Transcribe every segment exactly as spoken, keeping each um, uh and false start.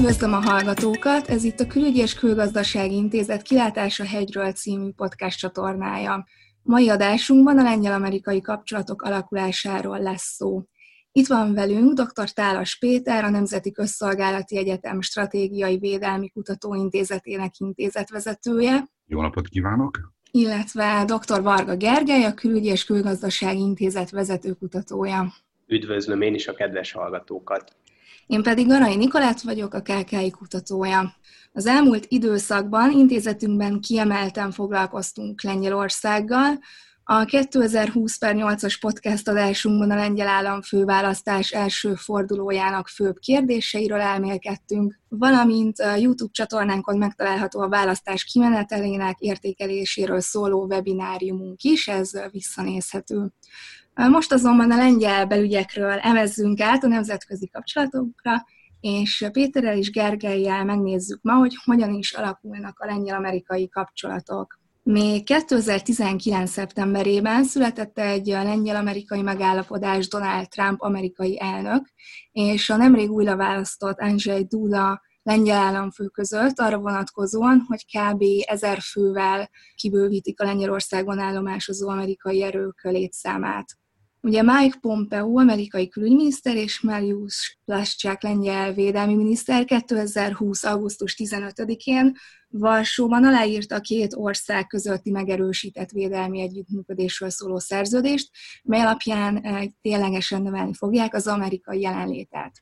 Üdvözlöm a hallgatókat! Ez itt a Külügyi és Külgazdasági Intézet Kilátás a hegyről című podcast csatornája. Mai adásunkban a lengyel-amerikai kapcsolatok alakulásáról lesz szó. Itt van velünk dr. Tálas Péter, a Nemzeti Közszolgálati Egyetem Stratégiai Védelmi Kutatóintézetének intézetvezetője. Jó napot kívánok! Illetve dr. Varga Gergely, a Külügyi és Külgazdasági Intézet vezetőkutatója. Üdvözlöm én is a kedves hallgatókat! Én pedig Garai Nikolett vagyok, a ká ká i kutatója. Az elmúlt időszakban intézetünkben kiemelten foglalkoztunk Lengyelországgal. A kétezer-húsz per nyolcas podcast adásunkban a lengyel államfőválasztás első fordulójának főbb kérdéseiről elmélkedtünk, valamint a YouTube csatornánkon megtalálható a választás kimenetelének értékeléséről szóló webináriumunk is, ez visszanézhető. Most azonban a lengyel belügyekről emezzünk át a nemzetközi kapcsolatokra, és Péterrel és Gergellyel megnézzük ma, hogy hogyan is alakulnak a lengyel-amerikai kapcsolatok. Még kétezer-tizenkilenc. szeptemberében született egy lengyel-amerikai megállapodás Donald Trump amerikai elnök, és a nemrég újra választott Andrzej Duda lengyel államfő között arra vonatkozóan, hogy kb. ezer fővel kibővítik a Lengyelországban állomásozó amerikai erők létszámát. Ugye Mike Pompeo, amerikai külügyminiszter, és Mariusz Blaszczak, lengyel védelmi miniszter kétezer-húsz. augusztus tizenötödikén Varsóban aláírta a két ország közötti megerősített védelmi együttműködésről szóló szerződést, mely alapján ténylegesen növelni fogják az amerikai jelenlétet.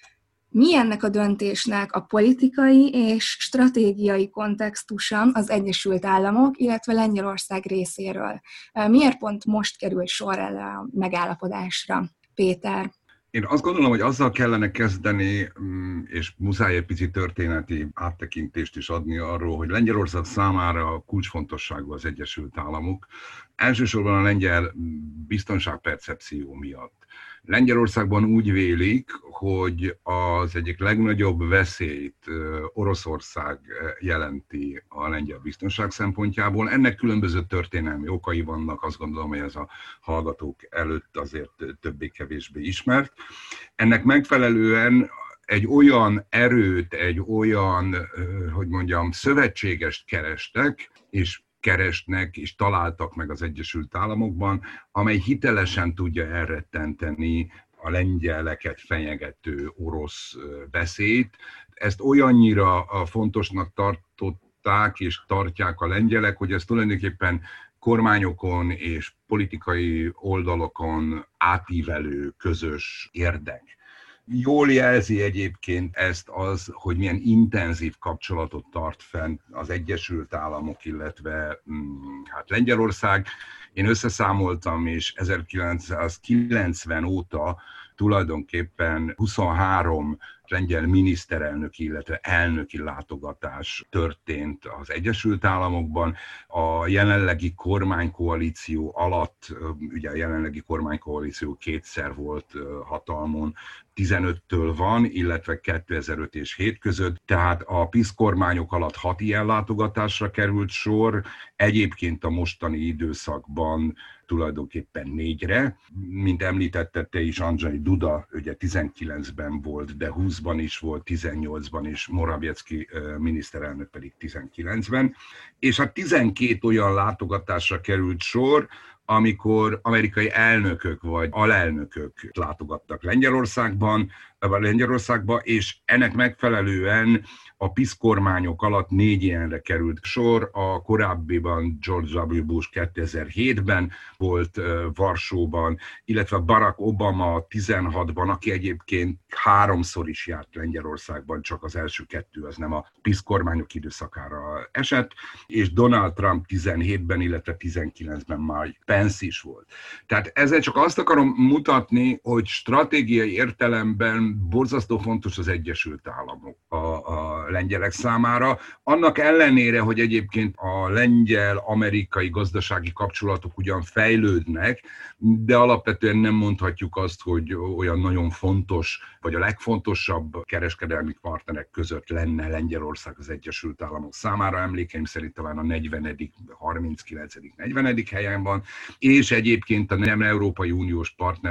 Mi ennek a döntésnek a politikai és stratégiai kontextusa az Egyesült Államok, illetve Lengyelország részéről? Miért pont most került sor erre a megállapodásra, Péter? Én azt gondolom, hogy azzal kellene kezdeni, és muszáj egy pici történeti áttekintést is adni arról, hogy Lengyelország számára kulcsfontosságú az Egyesült Államok. Elsősorban a lengyel biztonságpercepció miatt. Lengyelországban úgy vélik, hogy az egyik legnagyobb veszélyt Oroszország jelenti a lengyel biztonság szempontjából. Ennek különböző történelmi okai vannak, azt gondolom, hogy ez a hallgatók előtt azért többé-kevésbé ismert. Ennek megfelelően egy olyan erőt, egy olyan, hogy mondjam, szövetségest kerestek, és keresnek és találtak meg az Egyesült Államokban, amely hitelesen tudja elrettenteni a lengyeleket fenyegető orosz veszélyt. Ezt olyannyira fontosnak tartották és tartják a lengyelek, hogy ez tulajdonképpen kormányokon és politikai oldalokon átívelő közös érdek. Jól jelzi egyébként ezt az, hogy milyen intenzív kapcsolatot tart fenn az Egyesült Államok, illetve hát Lengyelország. Én összeszámoltam, és ezerkilencszázkilencven óta tulajdonképpen huszonhárom lengyel miniszterelnöki, illetve elnöki látogatás történt az Egyesült Államokban. A jelenlegi kormánykoalíció alatt, ugye a jelenlegi kormánykoalíció kétszer volt hatalmon, tizenöttől van, illetve kétezer-öt és hét között, tehát a PiS kormányok alatt hat ilyen látogatásra került sor, egyébként a mostani időszakban tulajdonképpen négyre. Mint említette te is, Andrzej Duda ugye tizenkilencben volt, de húszban is volt, tizennyolcban is, Morawiecki miniszterelnök pedig tizenkilencben. És hát tizenkét olyan látogatásra került sor, amikor amerikai elnökök vagy alelnökök látogattak Lengyelországban, vagy Lengyelországba, és ennek megfelelően a PiS kormányok alatt négy ilyenre került sor. A korábbiban George W. Bush kétezer-hétben volt Varsóban, illetve Barack Obama tizenhatban, aki egyébként háromszor is járt Lengyelországban, csak az első kettő az nem a PiS kormányok időszakára esett, és Donald Trump tizenhétben, illetve tizenkilencben már Pence is volt. Tehát ezzel csak azt akarom mutatni, hogy stratégiai értelemben borzasztó fontos az Egyesült Államok a, a lengyelek számára. Annak ellenére, hogy egyébként a lengyel-amerikai gazdasági kapcsolatok ugyan fejlődnek, de alapvetően nem mondhatjuk azt, hogy olyan nagyon fontos, vagy a legfontosabb kereskedelmi partnerek között lenne Lengyelország az Egyesült Államok számára. Emlékeim szerint talán a negyvenedik, harminckilencedik, negyvenedik helyen van, és egyébként a nem Európai Uniós partnerek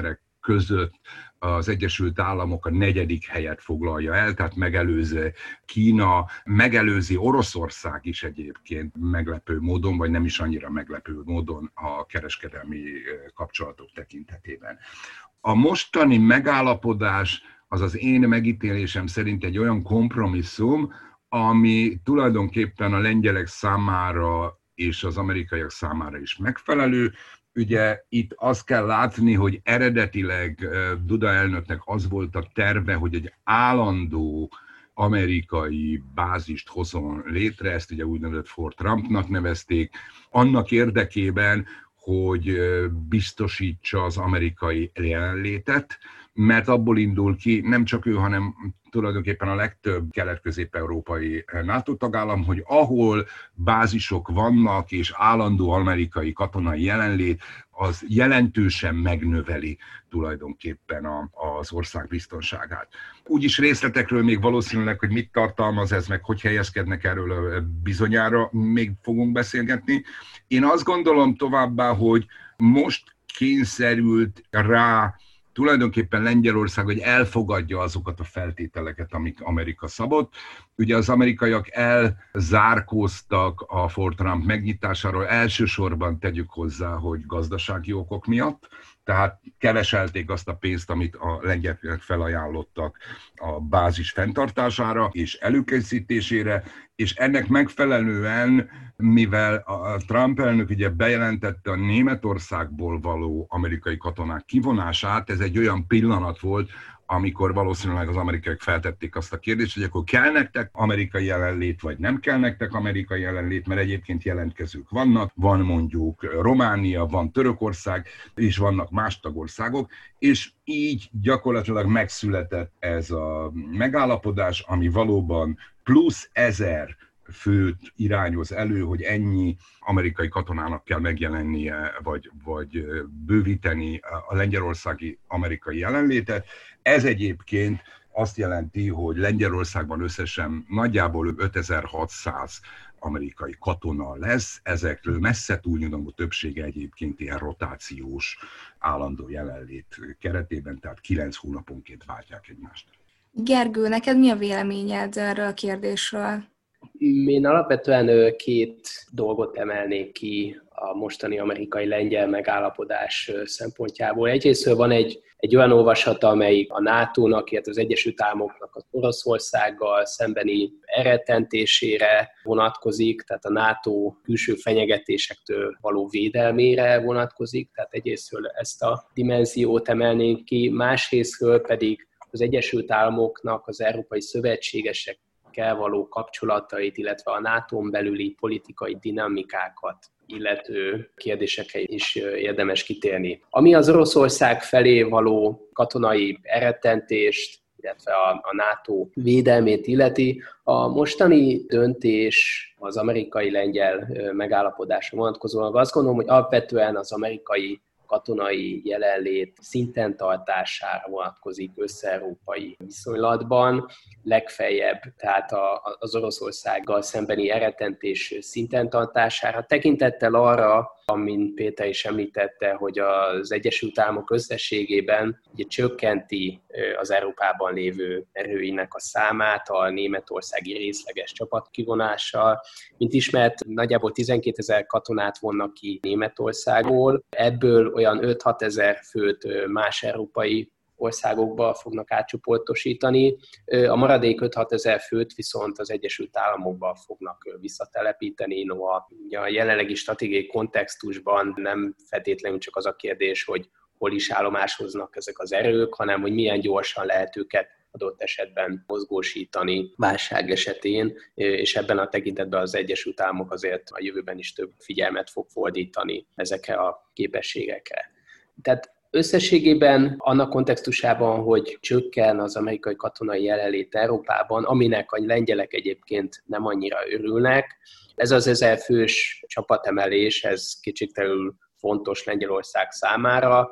között az Egyesült Államok a negyedik helyet foglalja el, tehát megelőzi Kína, megelőzi Oroszország is egyébként meglepő módon, vagy nem is annyira meglepő módon a kereskedelmi kapcsolatok tekintetében. A mostani megállapodás az az én megítélésem szerint egy olyan kompromisszum, ami tulajdonképpen a lengyelek számára és az amerikaiak számára is megfelelő. Ugye itt azt kell látni, hogy eredetileg Duda elnöknek az volt a terve, hogy egy állandó amerikai bázist hozzon létre, ezt ugye úgynevezett Fort Trumpnak nevezték, annak érdekében, hogy biztosítsa az amerikai jelenlétet, mert abból indul ki nem csak ő, hanem tulajdonképpen a legtöbb kelet-közép-európai NATO tagállam, hogy ahol bázisok vannak és állandó amerikai katonai jelenlét, az jelentősen megnöveli tulajdonképpen a, az ország biztonságát. Úgyis részletekről még valószínűleg, hogy mit tartalmaz ez, meg hogy helyezkednek erről bizonyára, még fogunk beszélgetni. Én azt gondolom továbbá, hogy most kényszerült rá tulajdonképpen Lengyelország, hogy elfogadja azokat a feltételeket, amik Amerika szabott. Ugye az amerikaiak elzárkóztak a Fort Trump megnyitásáról, elsősorban tegyük hozzá, hogy gazdasági okok miatt, tehát keveselték azt a pénzt, amit a lengyelek felajánlottak a bázis fenntartására és előkészítésére, és ennek megfelelően, mivel a Trump elnök ugye bejelentette a Németországból való amerikai katonák kivonását, ez egy olyan pillanat volt, amikor valószínűleg az amerikaiak feltették azt a kérdést, hogy akkor kell nektek amerikai jelenlét, vagy nem kell nektek amerikai jelenlét, mert egyébként jelentkezők vannak, van mondjuk Románia, van Törökország, és vannak más tagországok, és így gyakorlatilag megszületett ez a megállapodás, ami valóban plusz ezer főt irányoz elő, hogy ennyi amerikai katonának kell megjelennie, vagy, vagy bővíteni a lengyelországi amerikai jelenlétet. Ez egyébként azt jelenti, hogy Lengyelországban összesen nagyjából ötezer-hatszáz amerikai katona lesz, ezekről messze túlnyomó többsége egyébként ilyen rotációs állandó jelenlét keretében, tehát kilenc hónaponként váltják egymást. Gergő, neked mi a véleményed erről a kérdésről? Én alapvetően két dolgot emelnék ki a mostani amerikai-lengyel megállapodás szempontjából. Egyrészt van egy, egy olyan olvasata, amelyik a nátónak, illetve az Egyesült Államoknak az Oroszországgal szembeni elrettentésére vonatkozik, tehát a NATO külső fenyegetésektől való védelmére vonatkozik, tehát egyrésztről ezt a dimenziót emelnénk ki, másrésztről pedig az Egyesült Államoknak az európai szövetségesek való kapcsolatait, illetve a nátón belüli politikai dinamikákat illető kérdésekre is érdemes kitérni. Ami az Oroszország felé való katonai elrettentést, illetve a, a NATO védelmét illeti, a mostani döntés az amerikai-lengyel megállapodásra vonatkozóan azt gondolom, hogy alapvetően az amerikai katonai jelenlét szinten tartására vonatkozik össze-európai viszonylatban, legfeljebb, tehát a, az Oroszországgal szembeni elrettentés szinten tartására, tekintettel arra, amint Péter is említette, hogy az Egyesült Államok összességében ugye csökkenti az Európában lévő erőinek a számát a németországi részleges csapatkivonással. Mint ismert, nagyjából tizenkétezer katonát vonnak ki Németországból, ebből olyan öt-hat ezer főt más európai országokba fognak átcsoportosítani. A maradék öt-hat ezer főt viszont az Egyesült Államokba fognak visszatelepíteni. Noha a jelenlegi stratégiai kontextusban nem feltétlenül csak az a kérdés, hogy hol is állomásoznak ezek az erők, hanem hogy milyen gyorsan lehet őket adott esetben mozgósítani válság esetén, és ebben a tekintetben az Egyesült Államok azért a jövőben is több figyelmet fog fordítani ezekre a képességekre. Tehát összességében annak kontextusában, hogy csökken az amerikai katonai jelenlét Európában, aminek a lengyelek egyébként nem annyira örülnek, ez az ezer fős csapatemelés, ez kétségtelenül fontos Lengyelország számára.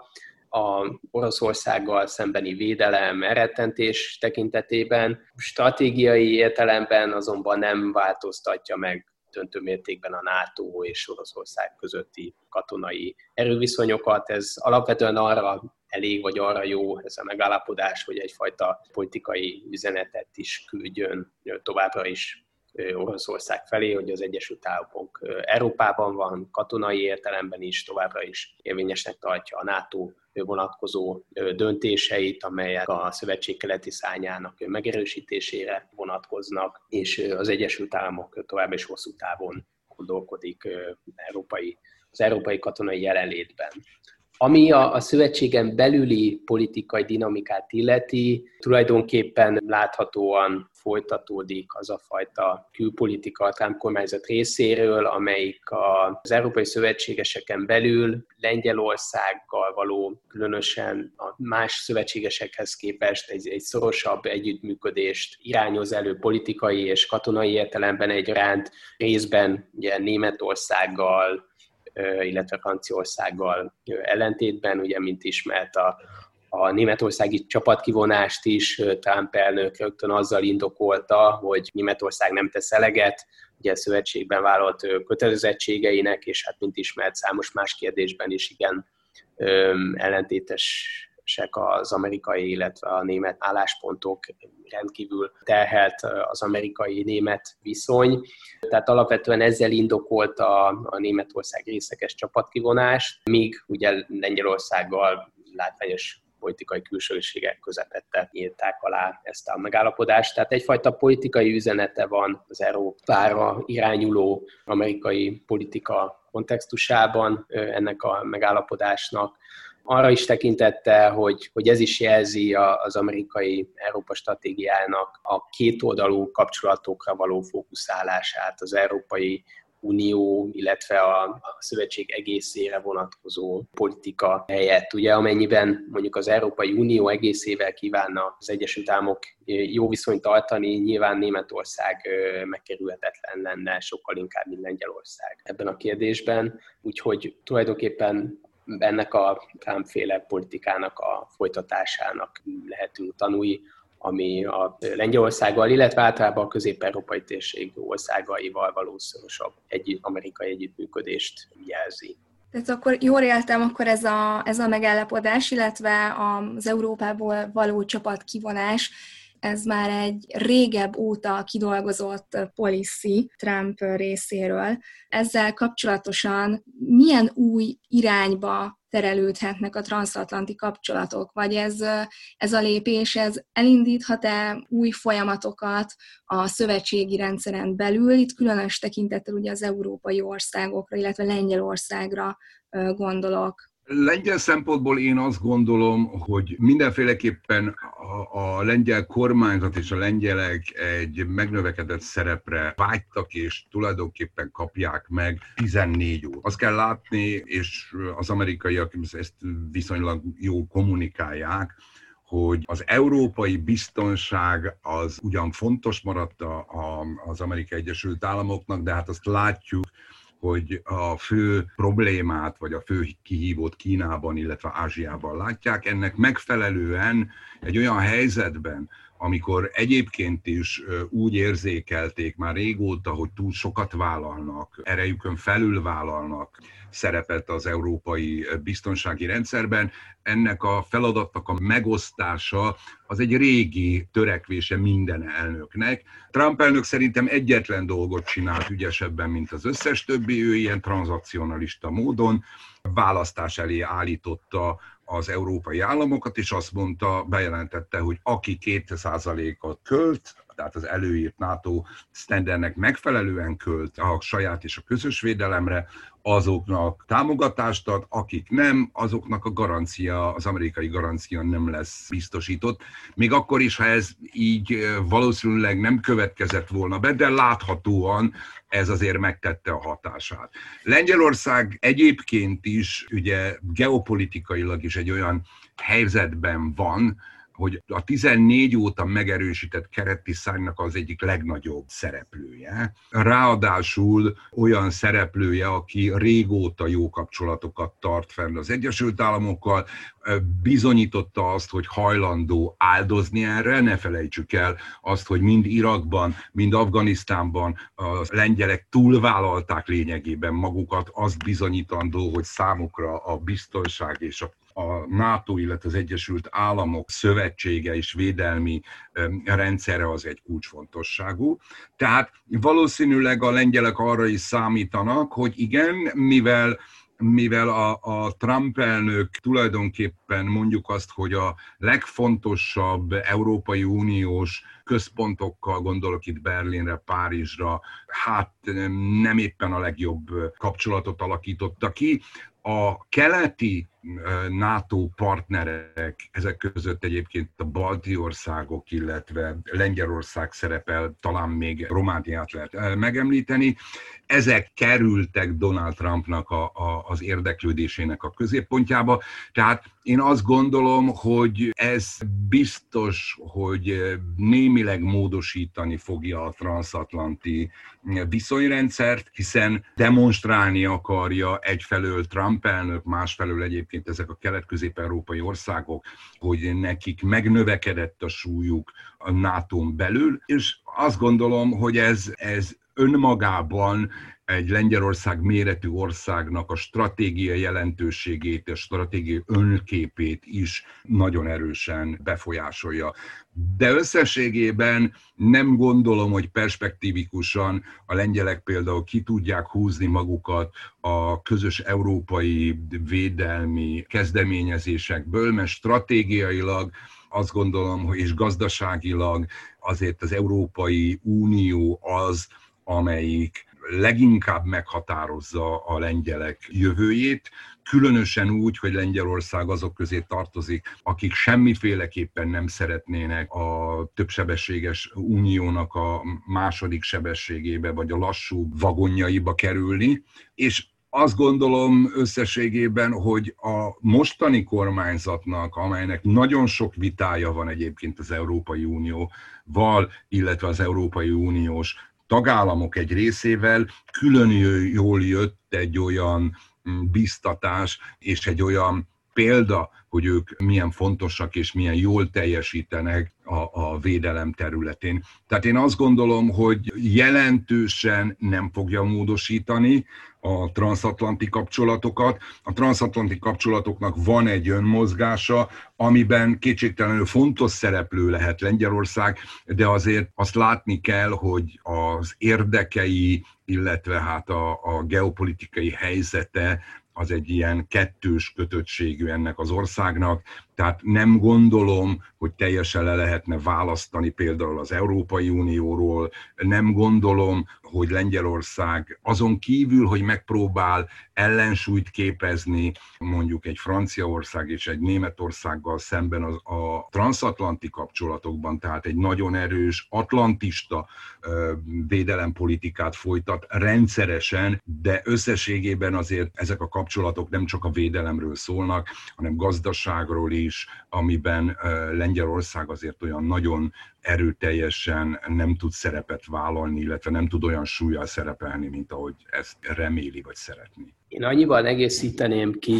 A Oroszországgal szembeni védelem, elrettentés tekintetében stratégiai értelemben azonban nem változtatja meg döntő mértékben a NATO és Oroszország közötti katonai erőviszonyokat. Ez alapvetően arra elég, vagy arra jó ez a megállapodás, hogy egyfajta politikai üzenetet is küldjön továbbra is Oroszország felé, hogy az Egyesült Államok Európában van, katonai értelemben is továbbra is érvényesnek tartja a NATO vonatkozó döntéseit, amelyek a szövetség keleti szárnyának megerősítésére vonatkoznak, és az Egyesült Államok továbbra is hosszú távon gondolkodik európai, az európai katonai jelenlétben. Ami a, a szövetségen belüli politikai dinamikát illeti, tulajdonképpen láthatóan folytatódik az a fajta külpolitika a Trump kormányzat részéről, amelyik az európai szövetségeseken belül Lengyelországgal való, különösen a más szövetségesekhez képest egy, egy szorosabb együttműködést irányoz elő politikai és katonai értelemben egyaránt, részben ugye Németországgal, illetve Franciaországgal ellentétben, ugye, mint ismert a, a németországi csapatkivonást is Trump elnök rögtön azzal indokolta, hogy Németország nem tesz eleget, ugye a szövetségben vállalt kötelezettségeinek, és hát mint ismert számos más kérdésben is igen ellentétes az amerikai, illetve a német álláspontok, rendkívül terhelt az amerikai-német viszony. Tehát alapvetően ezzel indokolta a Németország részleges csapatkivonást, míg ugye Lengyelországgal látványos politikai külsőségek közepette írták alá ezt a megállapodást. Tehát egyfajta politikai üzenete van az Európára irányuló amerikai politika kontextusában ennek a megállapodásnak. Arra is tekintette, hogy, hogy ez is jelzi az amerikai Európa stratégiának a kétoldalú kapcsolatokra való fókuszálását, az Európai Unió, illetve a, a szövetség egészére vonatkozó politika helyett. Ugye amennyiben mondjuk az Európai Unió egészével kívánna az Egyesült Államok jó viszonyt tartani, nyilván Németország megkerülhetetlen lenne, sokkal inkább, mint Lengyelország ebben a kérdésben. Úgyhogy tulajdonképpen ennek a Trump-féle politikának a folytatásának lehetünk tanúi, ami a Lengyelországgal, illetve általában a közép-európai térség országaival való szorosabb egy, amerikai együttműködést jelzi. Tehát akkor jól éltem, akkor ez a, ez a megállapodás, illetve az Európából való csapatkivonás, ez már egy régebb óta kidolgozott policy Trump részéről. Ezzel kapcsolatosan milyen új irányba terelődhetnek a transzatlanti kapcsolatok? Vagy ez, ez a lépés, ez elindíthat-e új folyamatokat a szövetségi rendszeren belül? Itt különös tekintettel ugye az európai országokra, illetve Lengyelországra gondolok. Lengyel szempontból én azt gondolom, hogy mindenféleképpen a, a lengyel kormányzat és a lengyelek egy megnövekedett szerepre vágytak, és tulajdonképpen kapják meg tizennégy óra. Azt kell látni, és az amerikaiak ezt viszonylag jól kommunikálják, hogy az európai biztonság az ugyan fontos maradt a, a, az Amerikai Egyesült Államoknak, de hát azt látjuk, hogy a fő problémát, vagy a fő kihívót Kínában, illetve Ázsiában látják. Ennek megfelelően egy olyan helyzetben, amikor egyébként is úgy érzékelték már régóta, hogy túl sokat vállalnak, erejükön felül vállalnak szerepet az európai biztonsági rendszerben, ennek a feladatnak a megosztása az egy régi törekvése minden elnöknek. Trump elnök szerintem egyetlen dolgot csinált ügyesebben, mint az összes többi, ő ilyen tranzakcionalista módon választás elé állította az európai államokat, és azt mondta, bejelentette, hogy aki két százalékot költ, tehát az előírt NATO sztendernek megfelelően költ a saját és a közös védelemre, azoknak támogatást ad, akik nem, azoknak a garancia, az amerikai garancia nem lesz biztosított. Még akkor is, ha ez így valószínűleg nem következett volna be, de láthatóan ez azért megtette a hatását. Lengyelország egyébként is ugye geopolitikailag is egy olyan helyzetben van, hogy a tizennégy óta megerősített keretdizájnnak az egyik legnagyobb szereplője. Ráadásul olyan szereplője, aki régóta jó kapcsolatokat tart fenn az Egyesült Államokkal, bizonyította azt, hogy hajlandó áldozni erre. Ne felejtsük el azt, hogy mind Irakban, mind Afganisztánban a lengyelek túlvállalták lényegében magukat, azt bizonyítandó, hogy számukra a biztonság és a a NATO, illetve az Egyesült Államok szövetsége és védelmi rendszere az egy kulcsfontosságú. Tehát valószínűleg a lengyelek arra is számítanak, hogy igen, mivel mivel a, a Trump elnök tulajdonképpen mondjuk azt, hogy a legfontosabb Európai Uniós központokkal, gondolok itt Berlinre, Párizsra, hát nem éppen a legjobb kapcsolatot alakította ki. A keleti NATO partnerek, ezek között egyébként a balti országok, illetve Lengyelország szerepel, talán még Romániát lehet megemlíteni, ezek kerültek Donald Trumpnak a, a, az érdeklődésének a középpontjába. Tehát én azt gondolom, hogy ez biztos, hogy némileg módosítani fogja a transatlanti viszonyrendszert, hiszen demonstrálni akarja egyfelől Trump elnök, másfelől egyébként ezek a kelet-közép-európai országok, hogy nekik megnövekedett a súlyuk a nátón belül, és azt gondolom, hogy ez, ez önmagában egy Lengyelország méretű országnak a stratégiai jelentőségét, a stratégiai önképét is nagyon erősen befolyásolja. De összességében nem gondolom, hogy perspektívikusan a lengyelek például ki tudják húzni magukat a közös európai védelmi kezdeményezésekből, mert stratégiailag azt gondolom, hogy és gazdaságilag azért az Európai Unió az, amelyik leginkább meghatározza a lengyelek jövőjét, különösen úgy, hogy Lengyelország azok közé tartozik, akik semmiféleképpen nem szeretnének a többsebességes uniónak a második sebességébe, vagy a lassú vagonjaiba kerülni, és azt gondolom összességében, hogy a mostani kormányzatnak, amelynek nagyon sok vitája van egyébként az Európai Unióval, illetve az Európai Uniós tagállamok egy részével, külön jól jött egy olyan biztatás és egy olyan példa, hogy ők milyen fontosak és milyen jól teljesítenek a, a védelem területén. Tehát én azt gondolom, hogy jelentősen nem fogja módosítani a transatlanti kapcsolatokat. A transatlanti kapcsolatoknak van egy önmozgása, amiben kétségtelenül fontos szereplő lehet Lengyelország, de azért azt látni kell, hogy az érdekei, illetve hát a, a geopolitikai helyzete az egy ilyen kettős kötöttségű ennek az országnak, tehát nem gondolom, hogy teljesen le lehetne választani például az Európai Unióról, nem gondolom, hogy Lengyelország azon kívül, hogy megpróbál ellensúlyt képezni mondjuk egy Franciaország és egy Németországgal szemben a, a transatlanti kapcsolatokban, tehát egy nagyon erős atlantista ö, védelempolitikát folytat rendszeresen, de összességében azért ezek a kapcsolatok nem csak a védelemről szólnak, hanem gazdaságról is, amiben Lengyelország azért olyan nagyon erőteljesen nem tud szerepet vállalni, illetve nem tud olyan súllyal szerepelni, mint ahogy ezt reméli vagy szeretné. Én annyiban egészíteném ki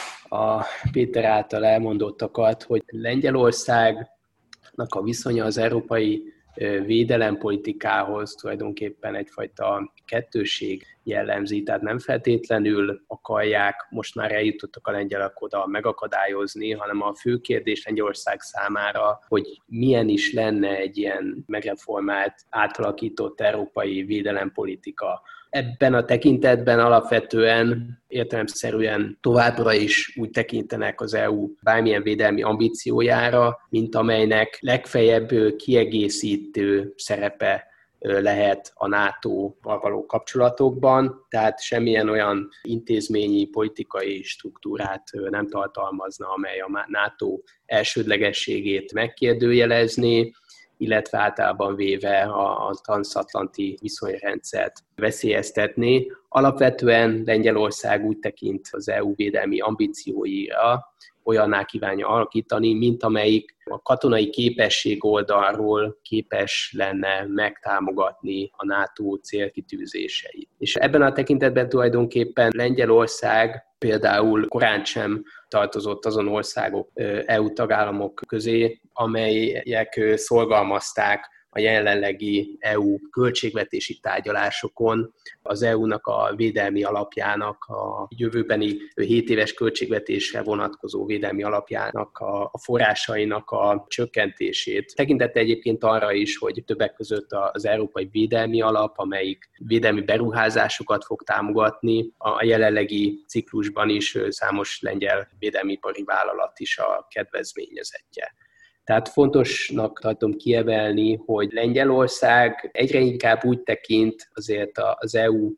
a Péter által elmondottakat, hogy Lengyelországnak a viszonya az európai védelempolitikához tulajdonképpen egyfajta kettősség jellemzi, tehát nem feltétlenül akarják, most már eljutottak a lengyelek oda megakadályozni, hanem a fő kérdés Lengyelország számára, hogy milyen is lenne egy ilyen megreformált, átalakított európai védelempolitika. Ebben a tekintetben alapvetően értelemszerűen továbbra is úgy tekintenek az é u bármilyen védelmi ambíciójára, mint amelynek legfeljebb kiegészítő szerepe lehet a nátóval való kapcsolatokban, tehát semmilyen olyan intézményi, politikai struktúrát nem tartalmazna, amely a NATO elsődlegességét megkérdőjelezné. illetve általában véve a, a transatlanti viszonyrendszert veszélyeztetni. Alapvetően Lengyelország úgy tekint az é u védelmi ambícióira, olyanná kívánja alakítani, mint amelyik a katonai képesség oldalról képes lenne megtámogatni a NATO célkitűzéseit. És ebben a tekintetben tulajdonképpen Lengyelország például korán sem tartozott azon országok, é u tagállamok közé, amelyek szorgalmazták a jelenlegi é u költségvetési tárgyalásokon az é u-nak a védelmi alapjának, a jövőbeni hét éves költségvetésre vonatkozó védelmi alapjának a forrásainak a csökkentését. Tekintette egyébként arra is, hogy többek között az Európai Védelmi Alap, amelyik védelmi beruházásokat fog támogatni, a jelenlegi ciklusban is számos lengyel védelmipari vállalat is a kedvezményezettje. Tehát fontosnak tartom kiemelni, hogy Lengyelország egyre inkább úgy tekint azért az é u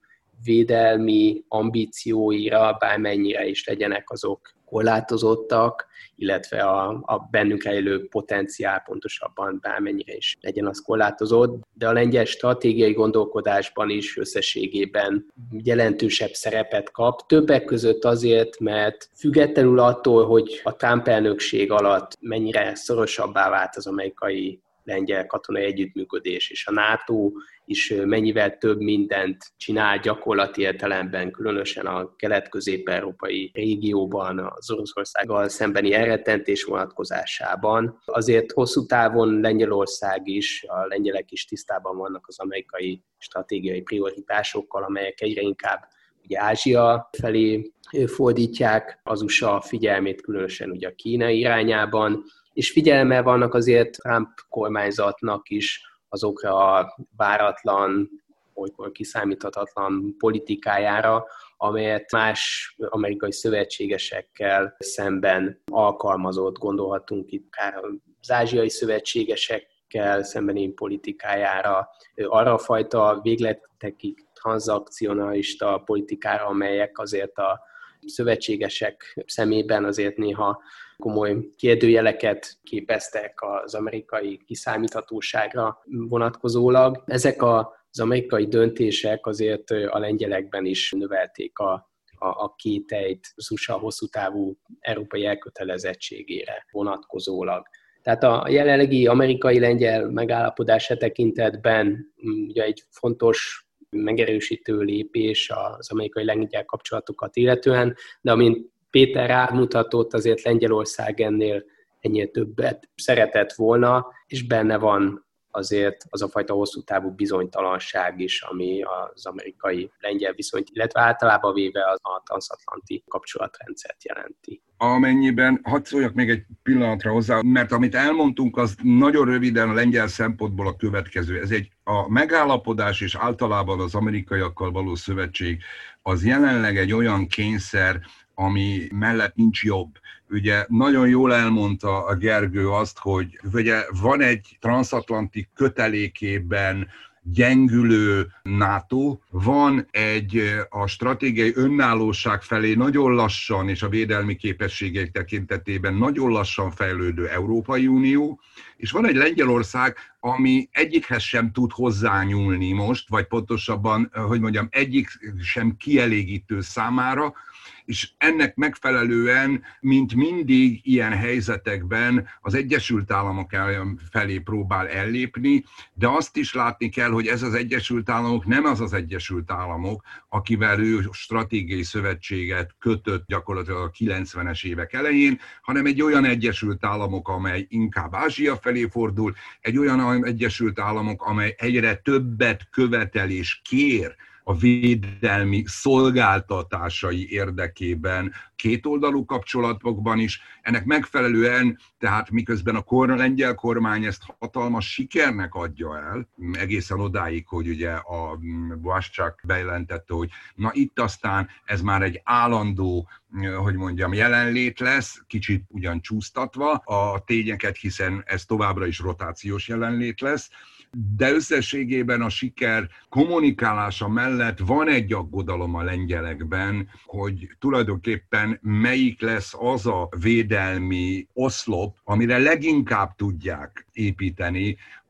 védelmi ambícióira, bármennyire is legyenek azok korlátozottak, illetve a, a bennünk rejlő potenciál pontosabban bármennyire is legyen az korlátozott, de a lengyel stratégiai gondolkodásban is összességében jelentősebb szerepet kap. Többek között azért, mert függetlenül attól, hogy a Trump elnökség alatt mennyire szorosabbá vált az amerikai lengyel katonai együttműködés, és a NATO is mennyivel több mindent csinál gyakorlati értelemben, különösen a kelet-közép-európai régióban, az Oroszországgal szembeni elrettentés vonatkozásában. Azért hosszú távon Lengyelország is, a lengyelek is tisztában vannak az amerikai stratégiai prioritásokkal, amelyek egyre inkább ugye Ázsia felé fordítják az u es á figyelmét, különösen ugye a Kína irányában, és figyelemmel vannak azért Trump kormányzatnak is azokra a váratlan, olykor kiszámíthatatlan politikájára, amelyet más amerikai szövetségesekkel szemben alkalmazott, gondolhatunk itt akár az ázsiai szövetségesekkel szembeni politikájára, arra a fajta végletekig tranzakcionalista politikára, amelyek azért a szövetségesek szemében azért néha komoly kérdőjeleket képeztek az amerikai kiszámíthatóságra vonatkozólag. Ezek az amerikai döntések azért a lengyelekben is növelték a, a, a kételyt az u es á hosszú távú európai elkötelezettségére vonatkozólag. Tehát a jelenlegi amerikai-lengyel megállapodás tekintetben ugye egy fontos megerősítő lépés az amerikai-lengyel kapcsolatokat illetően, de amint Péter rámutatott, azért Lengyelország ennél ennél többet szeretett volna, és benne van azért az a fajta hosszú távú bizonytalanság is, ami az amerikai-lengyel viszonyt, illetve általában véve az a transatlanti kapcsolatrendszert jelenti. Amennyiben, hadd szóljak még egy pillanatra hozzá, mert amit elmondtunk, az nagyon röviden a lengyel szempontból a következő. Ez egy a megállapodás és általában az amerikaiakkal való szövetség az jelenleg egy olyan kényszer, ami mellett nincs jobb. Ugye nagyon jól elmondta a Gergő azt, hogy ugye van egy transatlanti kötelékében gyengülő NATO, van egy a stratégiai önállóság felé nagyon lassan és a védelmi képességek tekintetében nagyon lassan fejlődő Európai Unió, és van egy Lengyelország, ami egyikhez sem tud hozzányúlni most, vagy pontosabban, hogy mondjam, egyik sem kielégítő számára, és ennek megfelelően, mint mindig ilyen helyzetekben az Egyesült Államok felé próbál ellépni, de azt is látni kell, hogy ez az Egyesült Államok nem az az Egyesült Államok, akivel ő stratégiai szövetséget kötött gyakorlatilag a kilencvenes évek elején, hanem egy olyan Egyesült Államok, amely inkább Ázsia felé fordul, egy olyan Egyesült Államok, amely egyre többet követel és kér a védelmi szolgáltatásai érdekében kétoldalú kapcsolatokban is. Ennek megfelelően, tehát miközben a kor, lengyel kormány ezt hatalmas sikernek adja el, egészen odáig, hogy ugye a Błaszczak bejelentette, hogy na itt aztán ez már egy állandó, hogy mondjam, jelenlét lesz, kicsit ugyan csúsztatva a tényeket, hiszen ez továbbra is rotációs jelenlét lesz, de összességében a siker kommunikálása mellett van egy aggodalom a lengyelekben, hogy tulajdonképpen melyik lesz az a védelmi oszlop, amire leginkább tudják építeni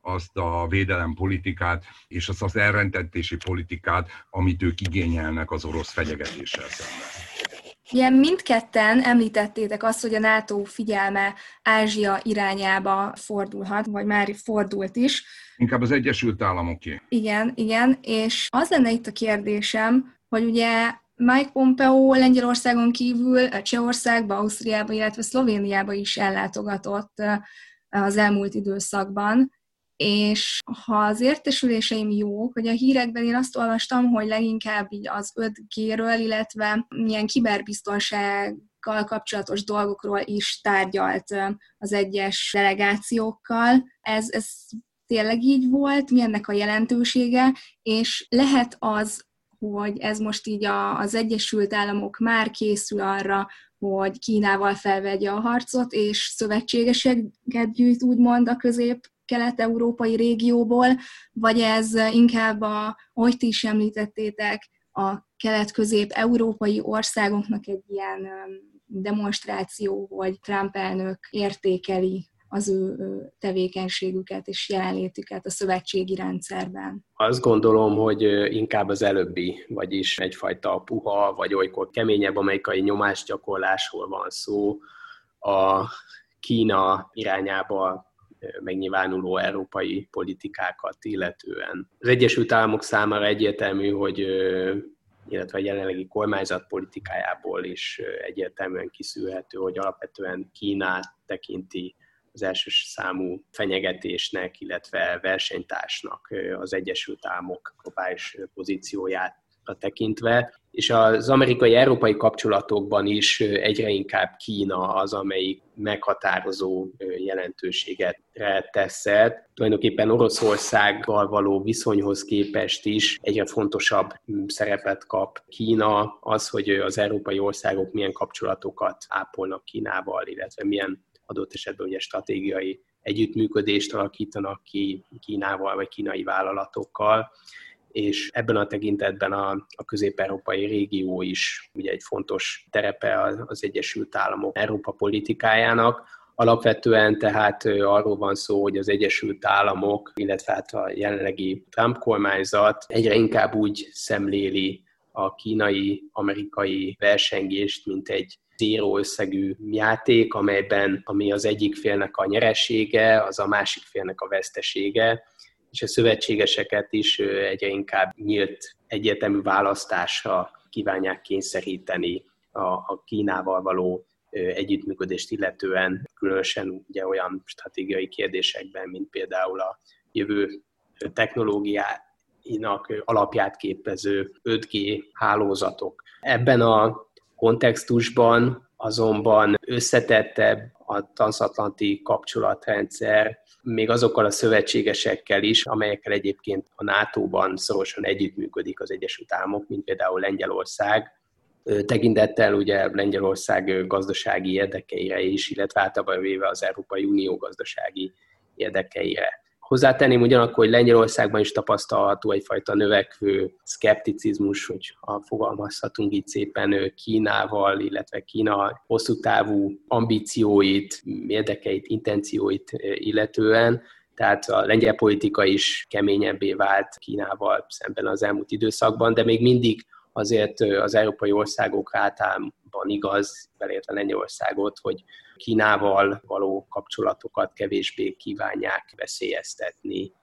azt a védelempolitikát és azt az elrendetési politikát, amit ők igényelnek az orosz fenyegetéssel szemben. Ugye mindketten említettétek azt, hogy a NATO figyelme Ázsia irányába fordulhat, vagy már fordult is. Inkább az Egyesült Államoké. Igen, igen, és az lenne itt a kérdésem, hogy ugye Mike Pompeo Lengyelországon kívül Csehországba, Ausztriába, illetve Szlovéniába is ellátogatott az elmúlt időszakban, és ha az értesüléseim jók, hogy a hírekben én azt olvastam, hogy leginkább így az öt G-ről, illetve milyen kiberbiztonsággal kapcsolatos dolgokról is tárgyalt az egyes delegációkkal. Ez, ez tényleg így volt, mi ennek a jelentősége, és lehet az, hogy ez most így a, az Egyesült Államok már készül arra, hogy Kínával felvegye a harcot, és szövetségeseket gyűjt úgymond a közép-kelet-európai régióból, vagy ez inkább, a, ahogy ti is említettétek, a kelet-közép-európai országoknak egy ilyen demonstráció, hogy Trump elnök értékeli az ő tevékenységüket és jelenlétüket a szövetségi rendszerben. Azt gondolom, hogy inkább az előbbi, vagyis egyfajta puha, vagy olykor keményebb amerikai nyomásgyakorlásról van szó a Kína irányába megnyilvánuló európai politikákat illetően. Az Egyesült Államok számára egyértelmű, hogy illetve a jelenlegi kormányzat politikájából is egyértelműen kiszűrhető, hogy alapvetően Kínát tekinti az első számú fenyegetésnek, illetve versenytársnak az Egyesült Államok globális pozícióját tekintve, és az amerikai-európai kapcsolatokban is egyre inkább Kína az, amelyik meghatározó jelentőséget tesz szert. Tulajdonképpen Oroszországgal való viszonyhoz képest is egyre fontosabb szerepet kap Kína, az, hogy az európai országok milyen kapcsolatokat ápolnak Kínával, illetve milyen adott esetben ugye stratégiai együttműködést alakítanak ki Kínával vagy kínai vállalatokkal, és ebben a tekintetben a, a közép-európai régió is ugye egy fontos terepe az Egyesült Államok Európa politikájának. Alapvetően tehát arról van szó, hogy az Egyesült Államok, illetve hát a jelenlegi Trump kormányzat egyre inkább úgy szemléli a kínai-amerikai versengést, mint egy zéró összegű játék, amelyben ami az egyik félnek a nyeresége, az a másik félnek a vesztesége, és a szövetségeseket is egyre inkább nyílt, egyértelmű választásra kívánják kényszeríteni a, a Kínával való együttműködést illetően, különösen ugye olyan stratégiai kérdésekben, mint például a jövő technológiáinak alapját képező öt G hálózatok. Ebben a kontextusban azonban összetettebb a transzatlanti kapcsolatrendszer, még azokkal a szövetségesekkel is, amelyekkel egyébként a nátóban szorosan együttműködik az Egyesült Államok, mint például Lengyelország, tekintettel ugye Lengyelország gazdasági érdekeire is, illetve általában véve az Európai Unió gazdasági érdekeire. Hozzátenném ugyanakkor, hogy Lengyelországban is tapasztalható egyfajta növekvő szkepticizmus, hogy fogalmazhatunk így szépen Kínával, illetve Kína hosszú távú ambícióit, érdekeit, intencióit illetően. Tehát a lengyel politika is keményebbé vált Kínával szemben az elmúlt időszakban, de még mindig azért az európai országok általában igaz, beleértve Lengyelországot, hogy Kínával való kapcsolatokat kevésbé kívánják veszélyeztetni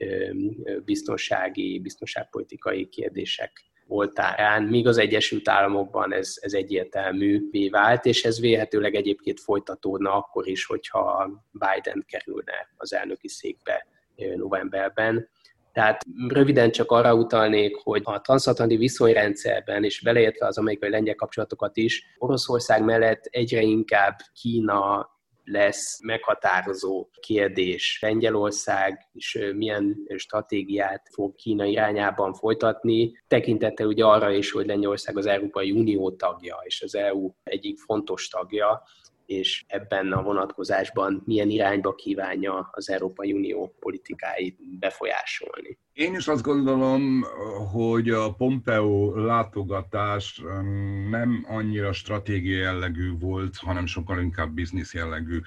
biztonsági, biztonságpolitikai kérdések oltárán, míg az Egyesült Államokban ez, ez egyértelművé vált, és ez vélhetőleg egyébként folytatódna akkor is, hogyha Biden kerülne az elnöki székbe novemberben. Tehát röviden csak arra utalnék, hogy a transzatlanti viszonyrendszerben, és beleértve az amerikai-lengyel kapcsolatokat is, Oroszország mellett egyre inkább Kína lesz meghatározó kérdés. Lengyelország is milyen stratégiát fog Kína irányában folytatni, tekintettel ugye arra is, hogy Lengyelország az Európai Unió tagja, és az é u egyik fontos tagja, és ebben a vonatkozásban milyen irányba kívánja az Európai Unió politikáit befolyásolni. Én is azt gondolom, hogy a Pompeo látogatás nem annyira stratégiai jellegű volt, hanem sokkal inkább biznisz jellegű.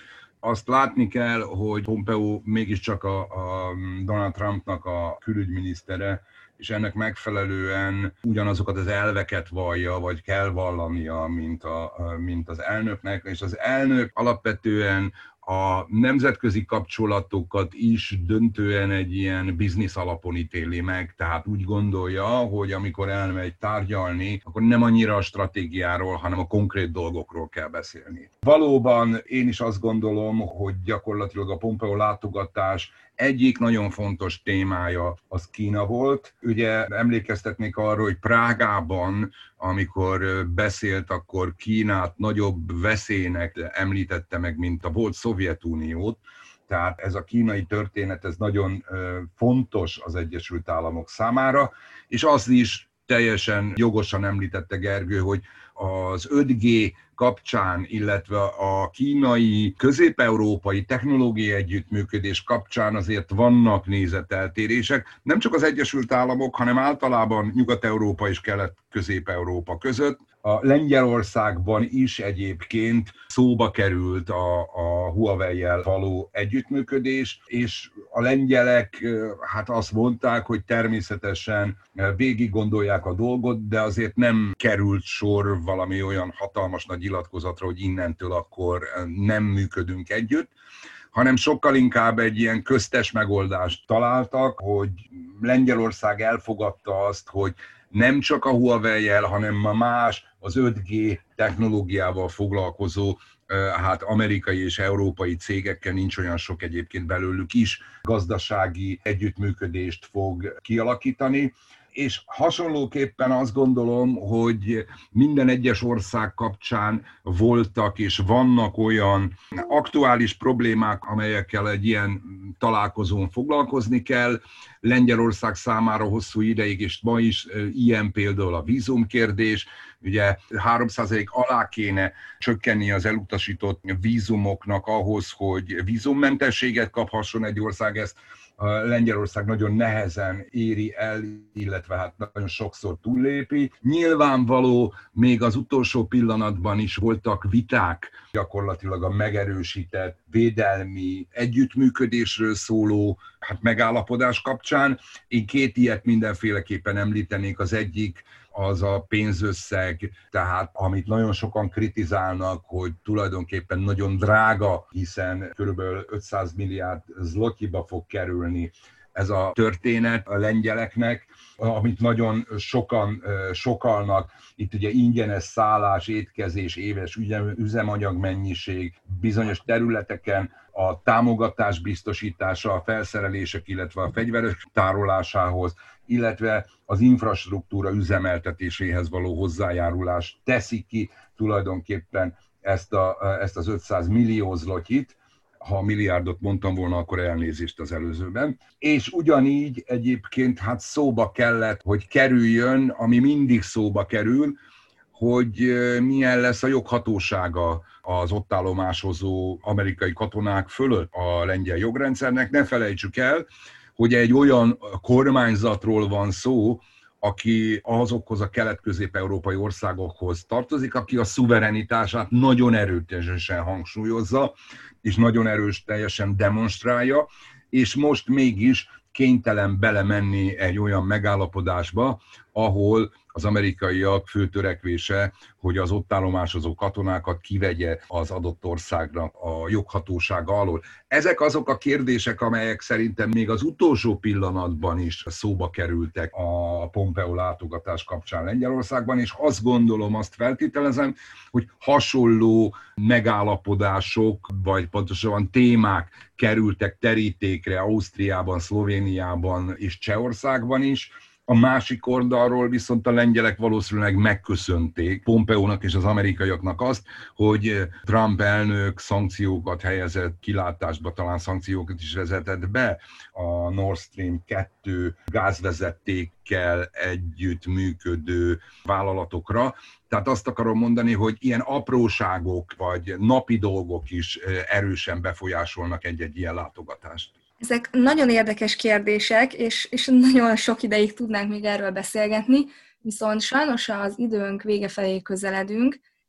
Azt látni kell, hogy Pompeo mégiscsak a, a Donald Trumpnak a külügyminisztere, és ennek megfelelően ugyanazokat az elveket vallja, vagy kell vallania, mint, a, mint az elnöknek, és az elnök alapvetően a nemzetközi kapcsolatokat is döntően egy ilyen biznisz alapon ítéli meg, tehát úgy gondolja, hogy amikor elmegy tárgyalni, akkor nem annyira a stratégiáról, hanem a konkrét dolgokról kell beszélni. Valóban én is azt gondolom, hogy gyakorlatilag a Pompeo látogatás egyik nagyon fontos témája az Kína volt. Ugye emlékeztetnék arra, hogy Prágában, amikor beszélt, akkor Kínát nagyobb veszélynek említette meg, mint a volt Szovjetuniót. Tehát ez a kínai történet, ez nagyon fontos az Egyesült Államok számára, és az is teljesen jogosan említette Gergő, hogy az öt G kapcsán, illetve a kínai közép-európai technológiai együttműködés kapcsán azért vannak nézeteltérések, nem csak az Egyesült Államok, hanem általában Nyugat-Európa és Kelet-Közép-Európa között. A Lengyelországban is egyébként szóba került a, a Huawei-jel való együttműködés, és a lengyelek hát azt mondták, hogy természetesen végig gondolják a dolgot, de azért nem került sor valami olyan hatalmas nagy nyilatkozatra, hogy innentől akkor nem működünk együtt, hanem sokkal inkább egy ilyen köztes megoldást találtak, hogy Lengyelország elfogadta azt, hogy nem csak a Huawei-jel, hanem ma más, az öt G technológiával foglalkozó, hát amerikai és európai cégekkel, nincs olyan sok egyébként belőlük is, gazdasági együttműködést fog kialakítani. És hasonlóképpen azt gondolom, hogy minden egyes ország kapcsán voltak és vannak olyan aktuális problémák, amelyekkel egy ilyen találkozón foglalkozni kell. Lengyelország számára hosszú ideig, és ma is ilyen például a vízumkérdés. Ugye három százalék alá kéne csökkenni az elutasított vízumoknak ahhoz, hogy vízummentességet kaphasson egy ország. Ezt a Lengyelország nagyon nehezen éri el, illetve hát nagyon sokszor túllépi. Nyilvánvaló, még az utolsó pillanatban is voltak viták, gyakorlatilag a megerősített védelmi együttműködésről szóló hát megállapodás kapcsán. Én két ilyet mindenféleképpen említenék. Az egyik az a pénzösszeg, tehát amit nagyon sokan kritizálnak, hogy tulajdonképpen nagyon drága, hiszen körülbelül ötszáz milliárd zlotyiba fog kerülni ez a történet a lengyeleknek, amit nagyon sokan sokalnak. Itt ugye ingyenes szállás, étkezés, éves üzemanyag mennyiség, bizonyos területeken a támogatás biztosítása, a felszerelések, illetve a fegyverek tárolásához, illetve az infrastruktúra üzemeltetéséhez való hozzájárulás teszi ki tulajdonképpen ezt, a, ezt az ötszáz millió zlotyit. Ha milliárdot mondtam volna, akkor elnézést az előzőben. És ugyanígy egyébként hát szóba kellett, hogy kerüljön, ami mindig szóba kerül, hogy milyen lesz a joghatósága az ott állomásozó amerikai katonák fölött a lengyel jogrendszernek. Ne felejtsük el, hogy egy olyan kormányzatról van szó, aki azokhoz a kelet-közép-európai országokhoz tartozik, aki a szuverenitását nagyon erőteljesen hangsúlyozza, és nagyon erős teljesen demonstrálja, és most mégis kénytelen belemenni egy olyan megállapodásba, ahol az amerikaiak fő törekvése, hogy az ott állomásozó katonákat kivegye az adott országnak a joghatósága alól. Ezek azok a kérdések, amelyek szerintem még az utolsó pillanatban is szóba kerültek a Pompeo látogatás kapcsán Lengyelországban, és azt gondolom, azt feltételezem, hogy hasonló megállapodások, vagy pontosabban témák kerültek terítékre Ausztriában, Szlovéniában és Csehországban is. A másik oldalról viszont a lengyelek valószínűleg megköszönték Pompeónak és az amerikaiaknak azt, hogy Trump elnök szankciókat helyezett kilátásba, talán szankciókat is vezetett be a Nord Stream kettő gázvezetékkel együtt működő vállalatokra. Tehát azt akarom mondani, hogy ilyen apróságok vagy napi dolgok is erősen befolyásolnak egy-egy ilyen látogatást. Ezek nagyon érdekes kérdések, és, és nagyon sok ideig tudnánk még erről beszélgetni, viszont sajnos az időnk vége felé közeledünk,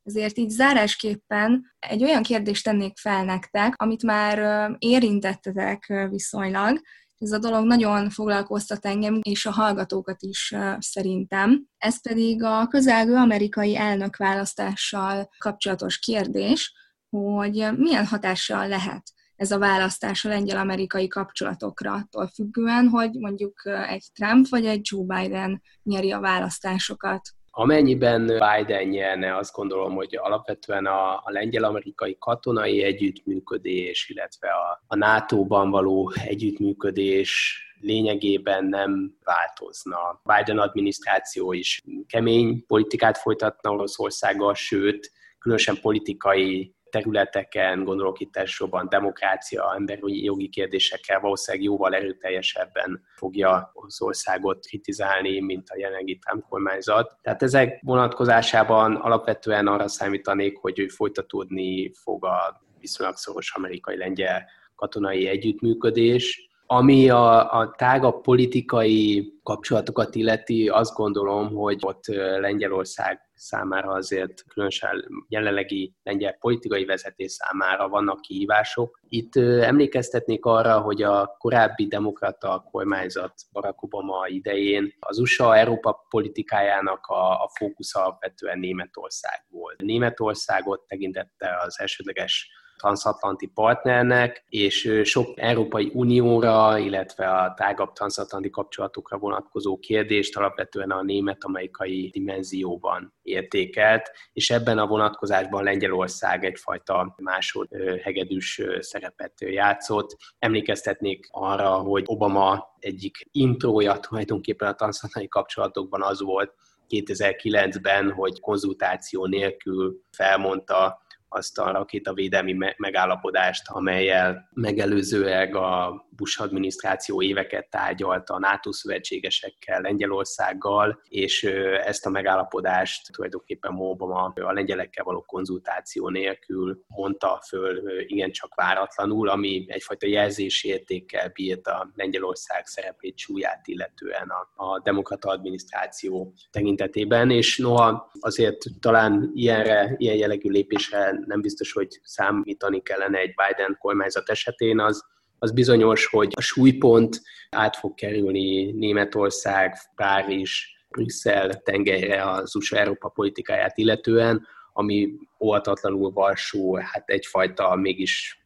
Ezért így zárásképpen egy olyan kérdést tennék fel nektek, amit már érintettetek viszonylag. Ez a dolog nagyon foglalkoztat engem, és a hallgatókat is szerintem. Ez pedig a közelgő amerikai elnökválasztással kapcsolatos kérdés, hogy milyen hatással lehet ez a választás a lengyel-amerikai kapcsolatokra, attól függően, hogy mondjuk egy Trump vagy egy Joe Biden nyeri a választásokat. Amennyiben Biden nyerne, azt gondolom, hogy alapvetően a, a lengyel-amerikai katonai együttműködés, illetve a, a nátóban való együttműködés lényegében nem változna. Biden adminisztráció is kemény politikát folytatna Oroszországgal, sőt, különösen politikai területeken, gondolok itt elsősorban demokrácia, emberi jogi kérdésekkel valószínűleg jóval erőteljesebben fogja az országot kritizálni, mint a jelenlegi Trump kormányzat. Tehát ezek vonatkozásában alapvetően arra számítanék, hogy ő folytatódni fog a viszonylag szoros amerikai-lengyel katonai együttműködés. Ami a, a tágabb politikai kapcsolatokat illeti, azt gondolom, hogy ott Lengyelország számára azért, különösen jelenlegi lengyel politikai vezetés számára vannak kihívások. Itt emlékeztetnék arra, hogy a korábbi demokrata kormányzat Barack Obama idején az u es á-Európa politikájának a, a fókusza alapvetően Németország volt. Németországot tekintette az elsődleges transatlanti partnernek, és sok Európai Unióra, illetve a tágabb transatlanti kapcsolatokra vonatkozó kérdést alapvetően a német-amerikai dimenzióban értékelt, és ebben a vonatkozásban Lengyelország egyfajta másodhegedűs szerepet játszott. Emlékeztetnék arra, hogy Obama egyik intrója tulajdonképpen a transatlanti kapcsolatokban az volt kétezer-kilencben, hogy konzultáció nélkül felmondta azt a rakétavédelmi megállapodást, amellyel megelőzőleg a Bush adminisztráció éveket tárgyalta a NATO szövetségesekkel, Lengyelországgal, és ezt a megállapodást tulajdonképpen Obama a lengyelekkel való konzultáció nélkül mondta föl igencsak váratlanul, ami egyfajta jelzésértékkel bírt a Lengyelország szerepét, súlyát illetően a, a demokrata adminisztráció tekintetében, és noha azért talán ilyenre, ilyen jellegű lépésre nem biztos, hogy számítani kellene egy Biden kormányzat esetén, az, az bizonyos, hogy a súlypont át fog kerülni Németország, Párizs, Brüsszel tengelyre az u es á-Európa politikáját illetően, ami óhatatlanul Varsó, hát egyfajta mégis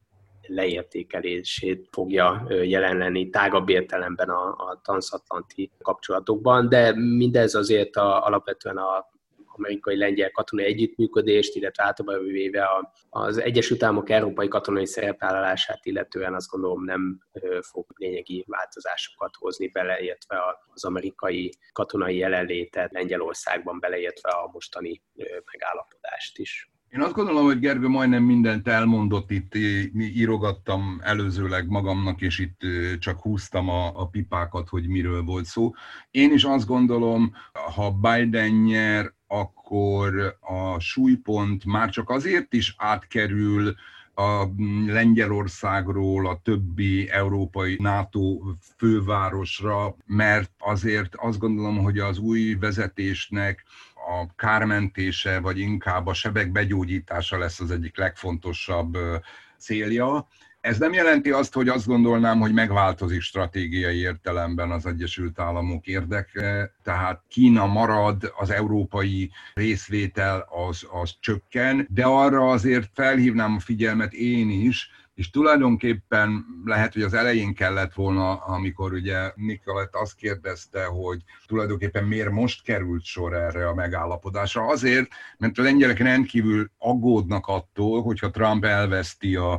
leértékelését fogja jelen lenni tágabb értelemben a, a transatlanti kapcsolatokban, de mindez azért a, alapvetően a amerikai-lengyel katonai együttműködést, illetve általában véve az Egyesült Államok európai katonai szerepvállalását illetően azt gondolom nem fog lényegi változásokat hozni, beleértve az amerikai katonai jelenlétet Lengyelországban, beleértve a mostani megállapodást is. Én azt gondolom, hogy Gergő majdnem mindent elmondott, itt írogattam előzőleg magamnak, és itt csak húztam a, a pipákat, hogy miről volt szó. Én is azt gondolom, ha Biden nyer, akkor a súlypont már csak azért is átkerül a Lengyelországról a többi európai NATO fővárosra, mert azért azt gondolom, hogy az új vezetésnek a kármentése, vagy inkább a sebek begyógyítása lesz az egyik legfontosabb célja. Ez nem jelenti azt, hogy azt gondolnám, hogy megváltozik stratégiai értelemben az Egyesült Államok érdeke, tehát Kína marad, az európai részvétel az, az csökken, de arra azért felhívnám a figyelmet én is, és tulajdonképpen lehet, hogy az elején kellett volna, amikor ugye Nikolett azt kérdezte, hogy tulajdonképpen miért most került sor erre a megállapodásra. Azért, mert a lengyelek rendkívül aggódnak attól, hogyha Trump elveszti az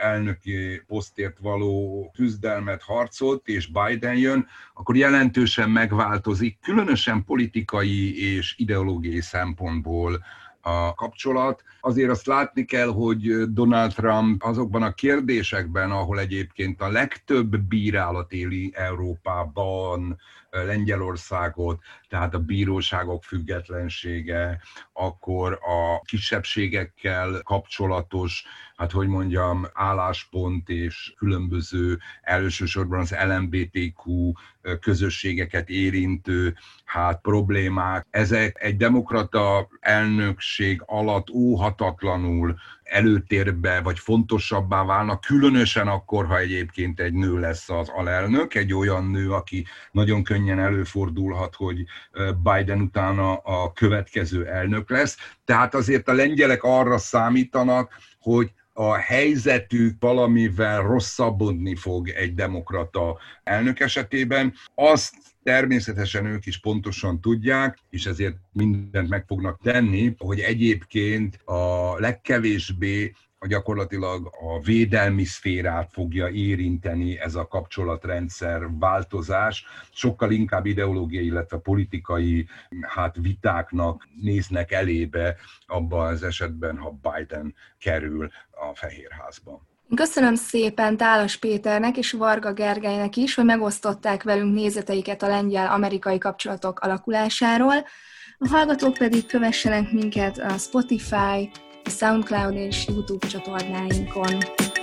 elnöki posztért való küzdelmet, harcot, és Biden jön, akkor jelentősen megváltozik, különösen politikai és ideológiai szempontból a kapcsolat. Azért azt látni kell, hogy Donald Trump azokban a kérdésekben, ahol egyébként a legtöbb bírálat éli Európában Lengyelországot, tehát a bíróságok függetlensége, akkor a kisebbségekkel kapcsolatos, hát hogy mondjam, álláspont és különböző, elsősorban az el em bé té kú közösségeket érintő hát problémák. Ezek egy demokrata elnökség alatt óhatatlanul előtérbe vagy fontosabbá válnak, különösen akkor, ha egyébként egy nő lesz az alelnök, egy olyan nő, aki nagyon könnyen előfordulhat, hogy Biden utána a következő elnök lesz. Tehát azért a lengyelek arra számítanak, hogy a helyzetük valamivel rosszabbodni fog egy demokrata elnök esetében. Azt természetesen ők is pontosan tudják, és ezért mindent meg fognak tenni, hogy egyébként a legkevésbé a gyakorlatilag a védelmi szférát fogja érinteni ez a kapcsolatrendszer változás. Sokkal inkább ideológiai, illetve politikai hát, vitáknak néznek elébe abban az esetben, ha Biden kerül a Fehérházba. Köszönöm szépen Tálas Péternek és Varga Gergelynek is, hogy megosztották velünk nézeteiket a lengyel-amerikai kapcsolatok alakulásáról. A hallgatók pedig kövessenek minket a Spotify, a SoundCloud és YouTube csatornáinkon.